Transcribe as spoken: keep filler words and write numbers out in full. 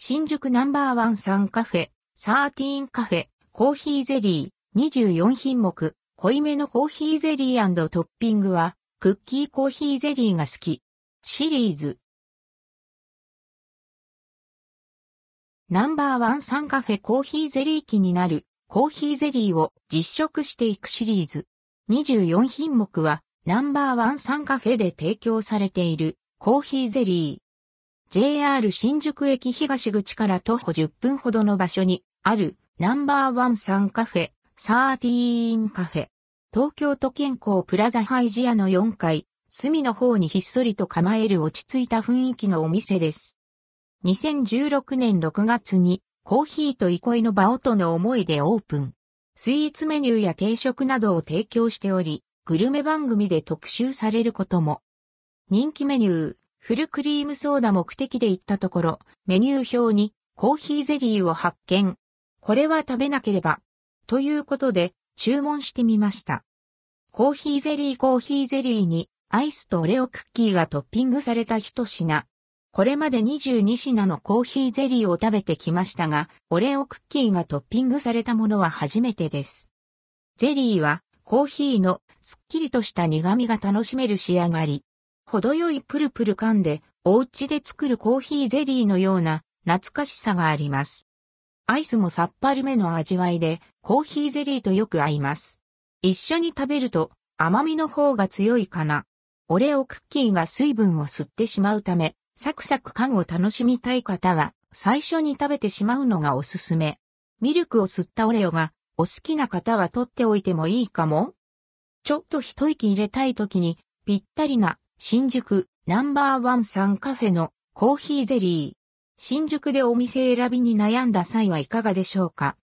新宿ナンバーワンサンカフェ、サーティーンカフェ、コーヒーゼリー、にじゅうよん品目、濃いめのコーヒーゼリー&トッピングは、クッキーコーヒーゼリーが好き。シリーズ。ナンバーワンサンカフェコーヒーゼリー機になる、コーヒーゼリーを実食していくシリーズ。にじゅうよん品目は、ナンバーワンサンカフェで提供されている、コーヒーゼリー。ジェイアール 新宿駅東口から徒歩じゅっぷんほどの場所にあるナンバーワンサンカフェ、サーティーンカフェ。東京都健康プラザハイジアのよんかい、隅の方にひっそりと構える落ち着いた雰囲気のお店です。にせんじゅうろくねんろくがつにコーヒーと憩いの場をとの思いでオープン。スイーツメニューや定食などを提供しており、グルメ番組で特集されることも。人気メニュー。フルクリームソーダ目的で行ったところ、メニュー表にコーヒーゼリーを発見。これは食べなければ。ということで注文してみました。コーヒーゼリーコーヒーゼリーにアイスとオレオクッキーがトッピングされた一品。これまでにじゅうに品のコーヒーゼリーを食べてきましたが、オレオクッキーがトッピングされたものは初めてです。ゼリーはコーヒーのすっきりとした苦味が楽しめる仕上がり。程よいプルプル感で、お家で作るコーヒーゼリーのような懐かしさがあります。アイスもさっぱりめの味わいで、コーヒーゼリーとよく合います。一緒に食べると甘みの方が強いかな。オレオクッキーが水分を吸ってしまうため、サクサク感を楽しみたい方は、最初に食べてしまうのがおすすめ。ミルクを吸ったオレオがお好きな方は取っておいてもいいかも。ちょっと一息入れたい時にぴったりな新宿ナンバーワンサンカフェのコーヒーゼリー。新宿でお店選びに悩んだ際はいかがでしょうか。